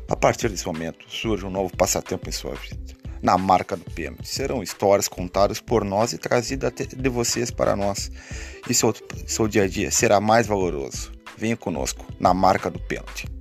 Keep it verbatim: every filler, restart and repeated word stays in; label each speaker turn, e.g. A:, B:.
A: A partir desse momento, surge um novo passatempo em sua vida. Na marca do pênalti. Serão histórias contadas por nós e trazidas até de vocês para nós. E seu, seu dia a dia será mais valoroso. Venha conosco na marca do pênalti.